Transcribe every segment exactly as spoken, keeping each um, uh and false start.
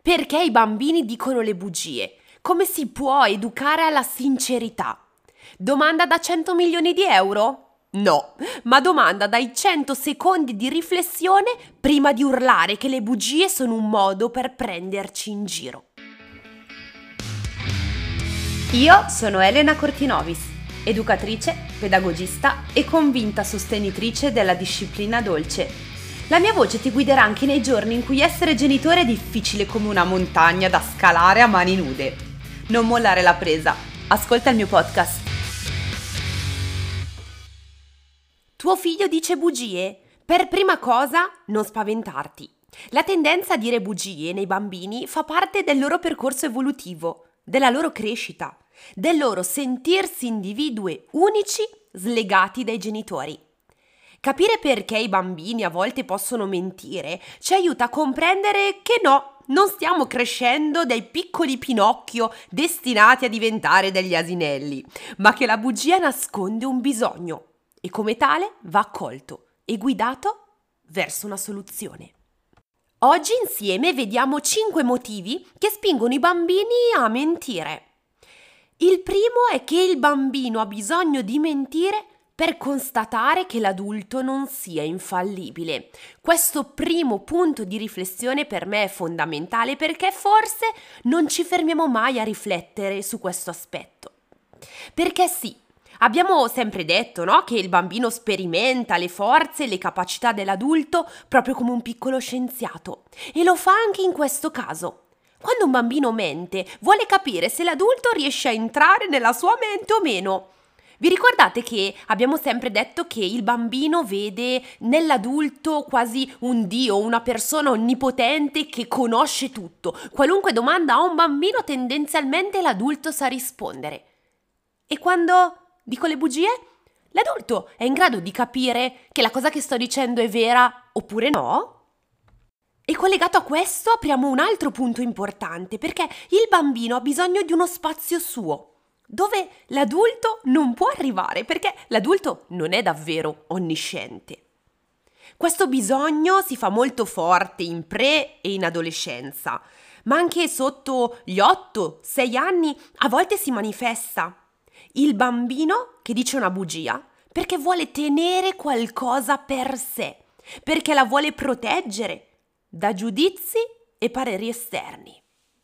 Perché i bambini dicono le bugie? Come si può educare alla sincerità? Domanda da cento milioni di euro? No, ma domanda dai cento secondi di riflessione prima di urlare che le bugie sono un modo per prenderci in giro. Io sono Elena Cortinovis, educatrice, pedagogista e convinta sostenitrice della disciplina dolce. La mia voce ti guiderà anche nei giorni in cui essere genitore è difficile come una montagna da scalare a mani nude. Non mollare la presa, ascolta il mio podcast. Tuo figlio dice bugie? Per prima cosa, non spaventarti. La tendenza a dire bugie nei bambini fa parte del loro percorso evolutivo, della loro crescita, del loro sentirsi individui unici slegati dai genitori. Capire perché i bambini a volte possono mentire ci aiuta a comprendere che no, non stiamo crescendo dei piccoli Pinocchio destinati a diventare degli asinelli, ma che la bugia nasconde un bisogno e come tale va accolto e guidato verso una soluzione. Oggi insieme vediamo cinque motivi che spingono i bambini a mentire. Il primo è che il bambino ha bisogno di mentire per constatare che l'adulto non sia infallibile. Questo primo punto di riflessione per me è fondamentale perché forse non ci fermiamo mai a riflettere su questo aspetto. Perché sì, abbiamo sempre detto, no, che il bambino sperimenta le forze e le capacità dell'adulto proprio come un piccolo scienziato e lo fa anche in questo caso. Quando un bambino mente, vuole capire se l'adulto riesce a entrare nella sua mente o meno. Vi ricordate che abbiamo sempre detto che il bambino vede nell'adulto quasi un dio, una persona onnipotente che conosce tutto. Qualunque domanda a un bambino tendenzialmente l'adulto sa rispondere. E quando dico le bugie? L'adulto è in grado di capire che la cosa che sto dicendo è vera oppure no? E collegato a questo apriamo un altro punto importante perché il bambino ha bisogno di uno spazio suo, dove l'adulto non può arrivare perché l'adulto non è davvero onnisciente. Questo bisogno si fa molto forte in pre e in adolescenza, ma anche sotto gli otto sei anni a volte si manifesta. Il bambino che dice una bugia perché vuole tenere qualcosa per sé, perché la vuole proteggere da giudizi e pareri esterni.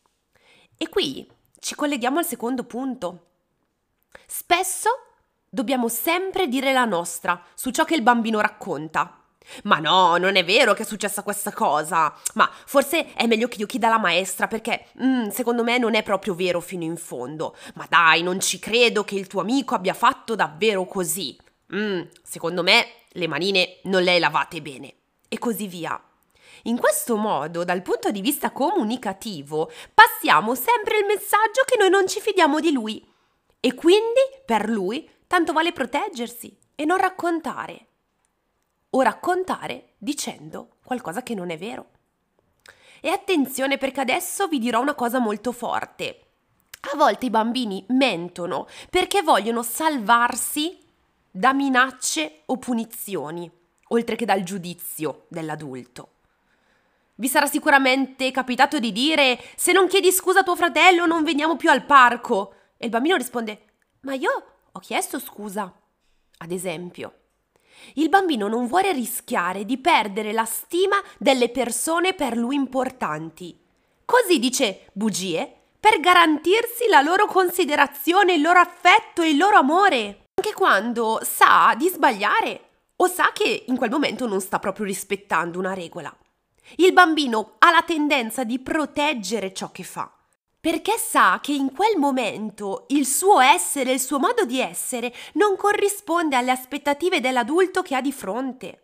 E qui ci colleghiamo al secondo punto. Spesso dobbiamo sempre dire la nostra su ciò che il bambino racconta. Ma no, non è vero che è successa questa cosa. Ma forse è meglio che io chieda alla maestra perché mm, secondo me non è proprio vero fino in fondo. Ma dai, non ci credo che il tuo amico abbia fatto davvero così. Mm, secondo me le manine non le hai lavate bene. E così via. In questo modo, dal punto di vista comunicativo, passiamo sempre il messaggio che noi non ci fidiamo di lui. E quindi, per lui, tanto vale proteggersi e non raccontare. O raccontare dicendo qualcosa che non è vero. E attenzione perché adesso vi dirò una cosa molto forte. A volte i bambini mentono perché vogliono salvarsi da minacce o punizioni, oltre che dal giudizio dell'adulto. Vi sarà sicuramente capitato di dire: se non chiedi scusa a tuo fratello non veniamo più al parco. E il bambino risponde: ma io ho chiesto scusa. Ad esempio, il bambino non vuole rischiare di perdere la stima delle persone per lui importanti. Così dice bugie per garantirsi la loro considerazione, il loro affetto e il loro amore. Anche quando sa di sbagliare o sa che in quel momento non sta proprio rispettando una regola. Il bambino ha la tendenza di proteggere ciò che fa, perché sa che in quel momento il suo essere, il suo modo di essere non corrisponde alle aspettative dell'adulto che ha di fronte.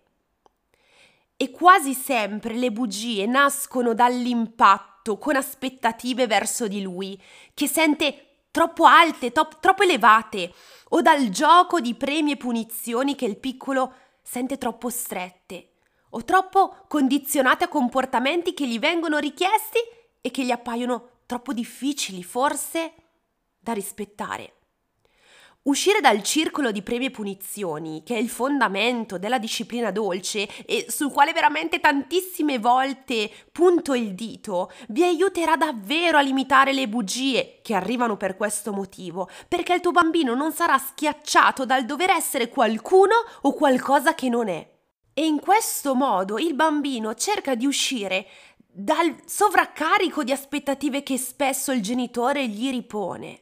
E quasi sempre le bugie nascono dall'impatto con aspettative verso di lui, che sente troppo alte, top, troppo elevate, o dal gioco di premi e punizioni che il piccolo sente troppo strette, o troppo condizionate a comportamenti che gli vengono richiesti e che gli appaiono troppo difficili, forse, da rispettare. Uscire dal circolo di premi e punizioni, che è il fondamento della disciplina dolce e sul quale veramente tantissime volte punto il dito, vi aiuterà davvero a limitare le bugie che arrivano per questo motivo, perché il tuo bambino non sarà schiacciato dal dover essere qualcuno o qualcosa che non è. E in questo modo il bambino cerca di uscire dal sovraccarico di aspettative che spesso il genitore gli ripone.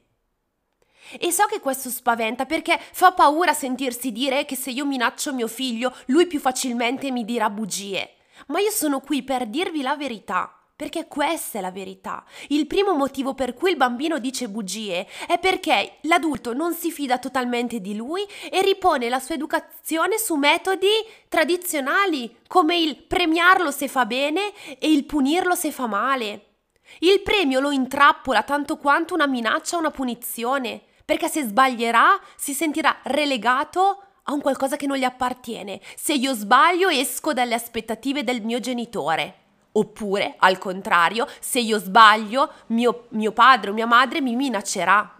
E so che questo spaventa perché fa paura sentirsi dire che se io minaccio mio figlio, lui più facilmente mi dirà bugie. Ma io sono qui per dirvi la verità, perché questa è la verità. Il primo motivo per cui il bambino dice bugie è perché l'adulto non si fida totalmente di lui e ripone la sua educazione su metodi tradizionali, come il premiarlo se fa bene e il punirlo se fa male. Il premio lo intrappola tanto quanto una minaccia o una punizione, perché se sbaglierà si sentirà relegato a un qualcosa che non gli appartiene. Se io sbaglio esco dalle aspettative del mio genitore. Oppure, al contrario, se io sbaglio mio, mio padre o mia madre mi minaccerà.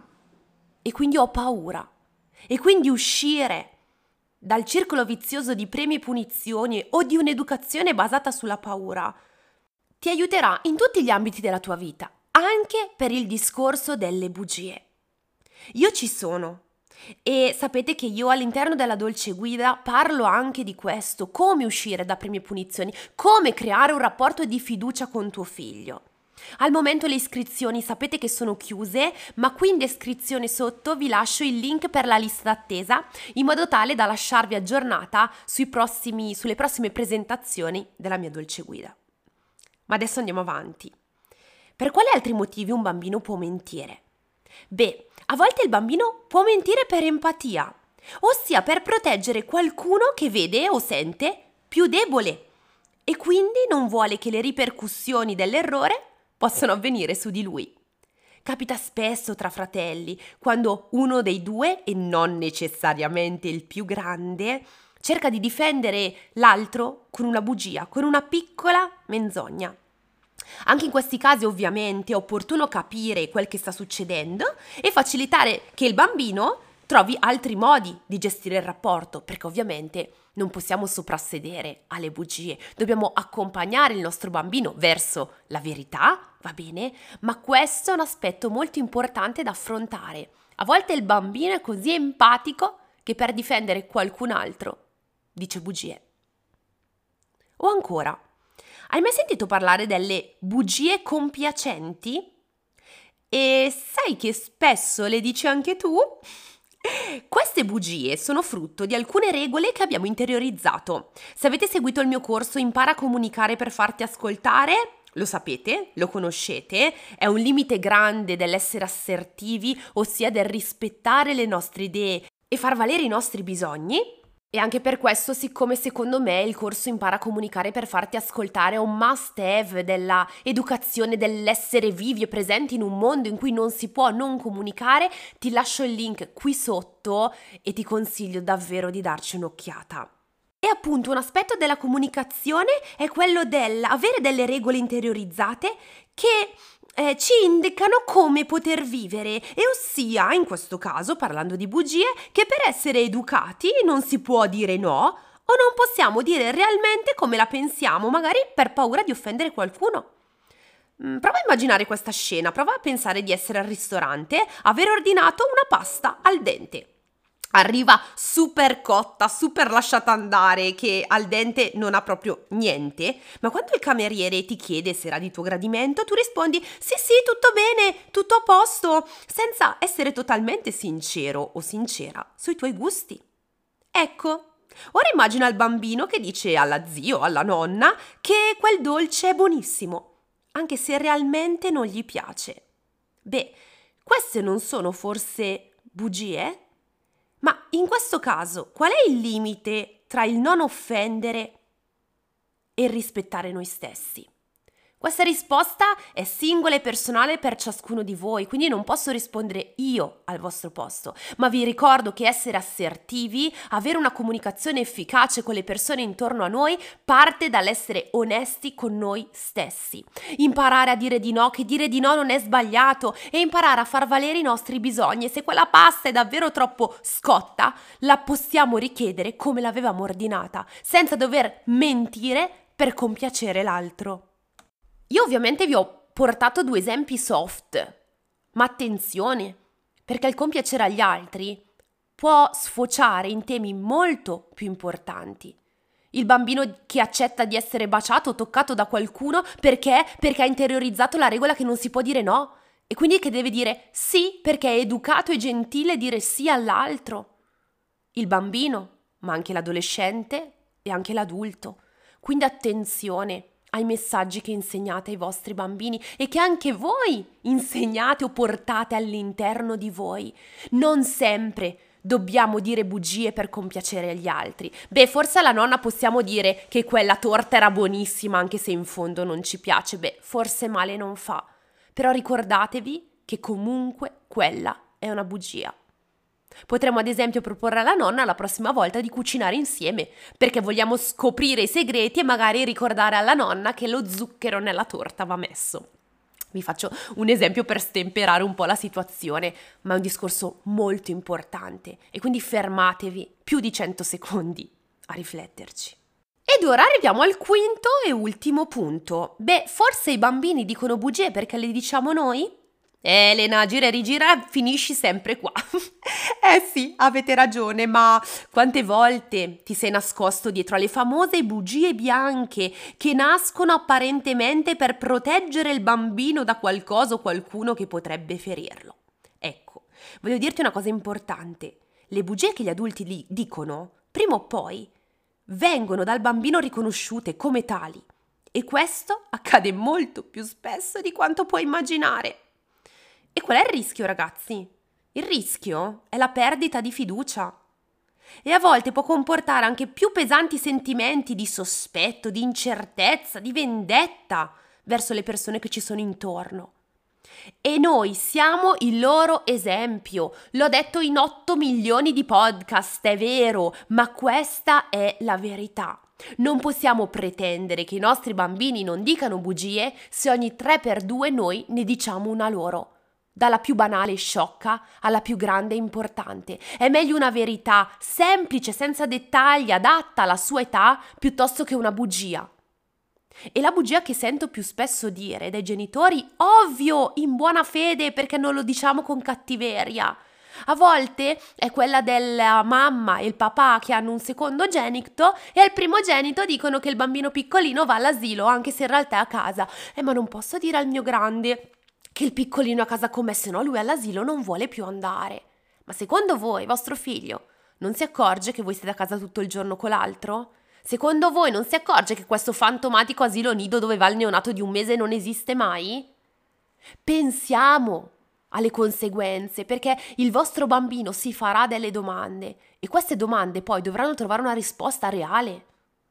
E quindi ho paura. E quindi uscire dal circolo vizioso di premi e punizioni o di un'educazione basata sulla paura ti aiuterà in tutti gli ambiti della tua vita, anche per il discorso delle bugie. Io ci sono e sapete che io all'interno della Dolce Guida parlo anche di questo, come uscire da premi e punizioni, come creare un rapporto di fiducia con tuo figlio. Al momento le iscrizioni sapete che sono chiuse, ma qui in descrizione sotto vi lascio il link per la lista d'attesa in modo tale da lasciarvi aggiornata sui prossimi, sulle prossime presentazioni della mia Dolce Guida. Ma adesso andiamo avanti. Per quali altri motivi un bambino può mentire? Beh, a volte il bambino può mentire per empatia, ossia per proteggere qualcuno che vede o sente più debole e quindi non vuole che le ripercussioni dell'errore possano avvenire su di lui. Capita spesso tra fratelli, quando uno dei due, e non necessariamente il più grande, cerca di difendere l'altro con una bugia, con una piccola menzogna. Anche in questi casi ovviamente è opportuno capire quel che sta succedendo e facilitare che il bambino trovi altri modi di gestire il rapporto, perché ovviamente non possiamo soprassedere alle bugie, dobbiamo accompagnare il nostro bambino verso la verità, va bene? Ma questo è un aspetto molto importante da affrontare. A volte il bambino è così empatico che per difendere qualcun altro dice bugie. O ancora, hai mai sentito parlare delle bugie compiacenti? E sai che spesso le dici anche tu? Queste bugie sono frutto di alcune regole che abbiamo interiorizzato. Se avete seguito il mio corso Impara a comunicare per farti ascoltare, lo sapete, lo conoscete, è un limite grande dell'essere assertivi, ossia del rispettare le nostre idee e far valere i nostri bisogni. E anche per questo, siccome secondo me il corso Impara a comunicare per farti ascoltare è un must have della educazione, dell'essere vivi e presenti in un mondo in cui non si può non comunicare, ti lascio il link qui sotto e ti consiglio davvero di darci un'occhiata. E appunto un aspetto della comunicazione è quello dell'avere delle regole interiorizzate che Eh, ci indicano come poter vivere, e ossia, in questo caso, parlando di bugie, che per essere educati non si può dire no o non possiamo dire realmente come la pensiamo, magari per paura di offendere qualcuno. Mm, prova a immaginare questa scena, prova a pensare di essere al ristorante, aver ordinato una pasta al dente. Arriva super cotta, super lasciata andare, che al dente non ha proprio niente, ma quando il cameriere ti chiede se era di tuo gradimento, tu rispondi sì sì, tutto bene, tutto a posto, senza essere totalmente sincero o sincera sui tuoi gusti. Ecco, ora immagina il bambino che dice alla zia o alla nonna che quel dolce è buonissimo, anche se realmente non gli piace. Beh, queste non sono forse bugie? Ma in questo caso, qual è il limite tra il non offendere e il rispettare noi stessi? Questa risposta è singola e personale per ciascuno di voi, quindi non posso rispondere io al vostro posto, ma vi ricordo che essere assertivi, avere una comunicazione efficace con le persone intorno a noi, parte dall'essere onesti con noi stessi. Imparare a dire di no, che dire di no non è sbagliato, e imparare a far valere i nostri bisogni. E se quella pasta è davvero troppo scotta, la possiamo richiedere come l'avevamo ordinata, senza dover mentire per compiacere l'altro. Io ovviamente vi ho portato due esempi soft, ma attenzione, perché il compiacere agli altri può sfociare in temi molto più importanti. Il bambino che accetta di essere baciato o toccato da qualcuno perché? Perché ha interiorizzato la regola che non si può dire no, e quindi che deve dire sì perché è educato e gentile dire sì all'altro. Il bambino, ma anche l'adolescente e anche l'adulto. Quindi attenzione ai messaggi che insegnate ai vostri bambini e che anche voi insegnate o portate all'interno di voi. Non sempre dobbiamo dire bugie per compiacere gli altri. Beh, forse alla nonna possiamo dire che quella torta era buonissima anche se in fondo non ci piace. Beh, forse male non fa. Però ricordatevi che comunque quella è una bugia. Potremmo ad esempio proporre alla nonna la prossima volta di cucinare insieme, perché vogliamo scoprire i segreti e magari ricordare alla nonna che lo zucchero nella torta va messo. Vi faccio un esempio per stemperare un po' la situazione, ma è un discorso molto importante e quindi fermatevi più di cento secondi a rifletterci. Ed ora arriviamo al quinto e ultimo punto. Beh, forse i bambini dicono bugie perché le diciamo noi? Elena, gira e rigira, finisci sempre qua. Eh sì, avete ragione, ma quante volte ti sei nascosto dietro alle famose bugie bianche che nascono apparentemente per proteggere il bambino da qualcosa o qualcuno che potrebbe ferirlo? Ecco, voglio dirti una cosa importante. Le bugie che gli adulti li dicono, prima o poi, vengono dal bambino riconosciute come tali. E questo accade molto più spesso di quanto puoi immaginare. E qual è il rischio, ragazzi? Il rischio è la perdita di fiducia. E a volte può comportare anche più pesanti sentimenti di sospetto, di incertezza, di vendetta verso le persone che ci sono intorno. E noi siamo il loro esempio. L'ho detto in otto milioni di podcast, è vero, ma questa è la verità. Non possiamo pretendere che i nostri bambini non dicano bugie se ogni tre per due noi ne diciamo una loro. Dalla più banale e sciocca alla più grande e importante. È meglio una verità semplice, senza dettagli, adatta alla sua età, piuttosto che una bugia. E la bugia che sento più spesso dire dai genitori, ovvio, in buona fede, perché non lo diciamo con cattiveria. A volte è quella della mamma e il papà che hanno un secondogenito e al primogenito dicono che il bambino piccolino va all'asilo, anche se in realtà è a casa. Eh, ma non posso dire al mio grande che il piccolino è a casa con me, se no lui all'asilo non vuole più andare. Ma secondo voi, vostro figlio, non si accorge che voi siete a casa tutto il giorno con l'altro? Secondo voi non si accorge che questo fantomatico asilo nido dove va il neonato di un mese non esiste mai? Pensiamo alle conseguenze, perché il vostro bambino si farà delle domande e queste domande poi dovranno trovare una risposta reale.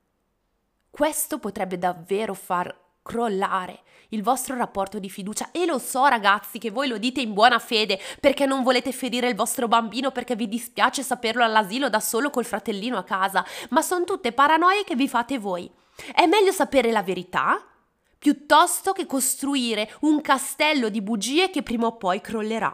Questo potrebbe davvero far crollare il vostro rapporto di fiducia e lo so, ragazzi, che voi lo dite in buona fede perché non volete ferire il vostro bambino, perché vi dispiace saperlo all'asilo da solo col fratellino a casa, ma sono tutte paranoie che vi fate voi. È meglio sapere la verità piuttosto che costruire un castello di bugie che prima o poi crollerà.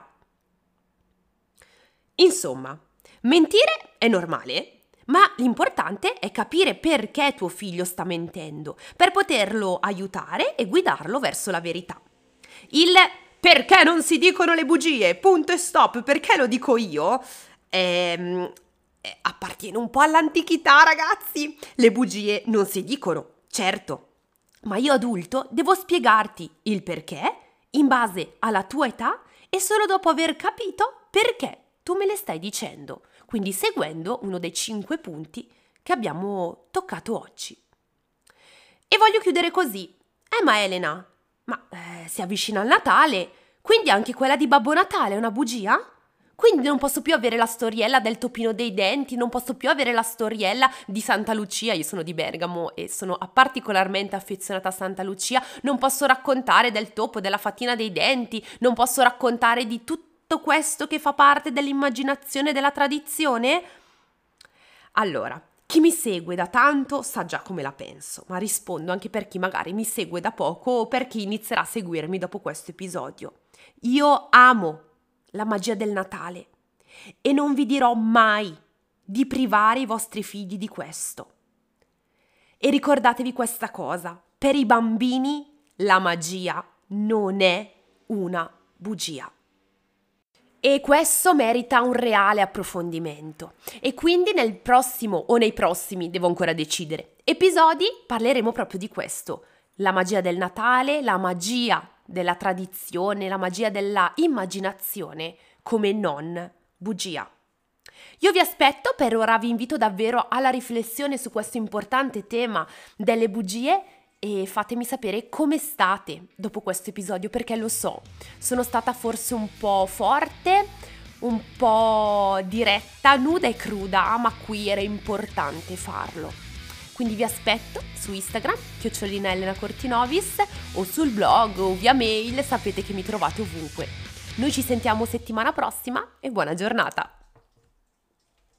Insomma, mentire è normale, ma l'importante è capire perché tuo figlio sta mentendo, per poterlo aiutare e guidarlo verso la verità. Il perché non si dicono le bugie, punto e stop, perché lo dico io, ehm, eh, appartiene un po' all'antichità, ragazzi. Le bugie non si dicono, certo, ma io adulto devo spiegarti il perché in base alla tua età e solo dopo aver capito perché tu me le stai dicendo, quindi seguendo uno dei cinque punti che abbiamo toccato oggi. E voglio chiudere così. Eh ma Elena, ma eh, si avvicina il Natale, quindi anche quella di Babbo Natale è una bugia? Quindi non posso più avere la storiella del topino dei denti, non posso più avere la storiella di Santa Lucia, io sono di Bergamo e sono particolarmente affezionata a Santa Lucia, non posso raccontare del topo, della fatina dei denti, non posso raccontare di tutto questo che fa parte dell'immaginazione della tradizione? Allora, chi mi segue da tanto sa già come la penso, ma rispondo anche per chi magari mi segue da poco o per chi inizierà a seguirmi dopo questo episodio. Io amo la magia del Natale e non vi dirò mai di privare i vostri figli di questo. E ricordatevi questa cosa, per i bambini la magia non è una bugia. E questo merita un reale approfondimento. E quindi nel prossimo o nei prossimi, devo ancora decidere, episodi parleremo proprio di questo. La magia del Natale, la magia della tradizione, la magia della immaginazione come non bugia. Io vi aspetto, per ora vi invito davvero alla riflessione su questo importante tema delle bugie e fatemi sapere come state dopo questo episodio, perché lo so, sono stata forse un po' forte, un po' diretta, nuda e cruda, ma qui era importante farlo. Quindi vi aspetto su Instagram, chiocciolina Elena Cortinovis, o sul blog o via mail, sapete che mi trovate ovunque. Noi ci sentiamo settimana prossima e buona giornata!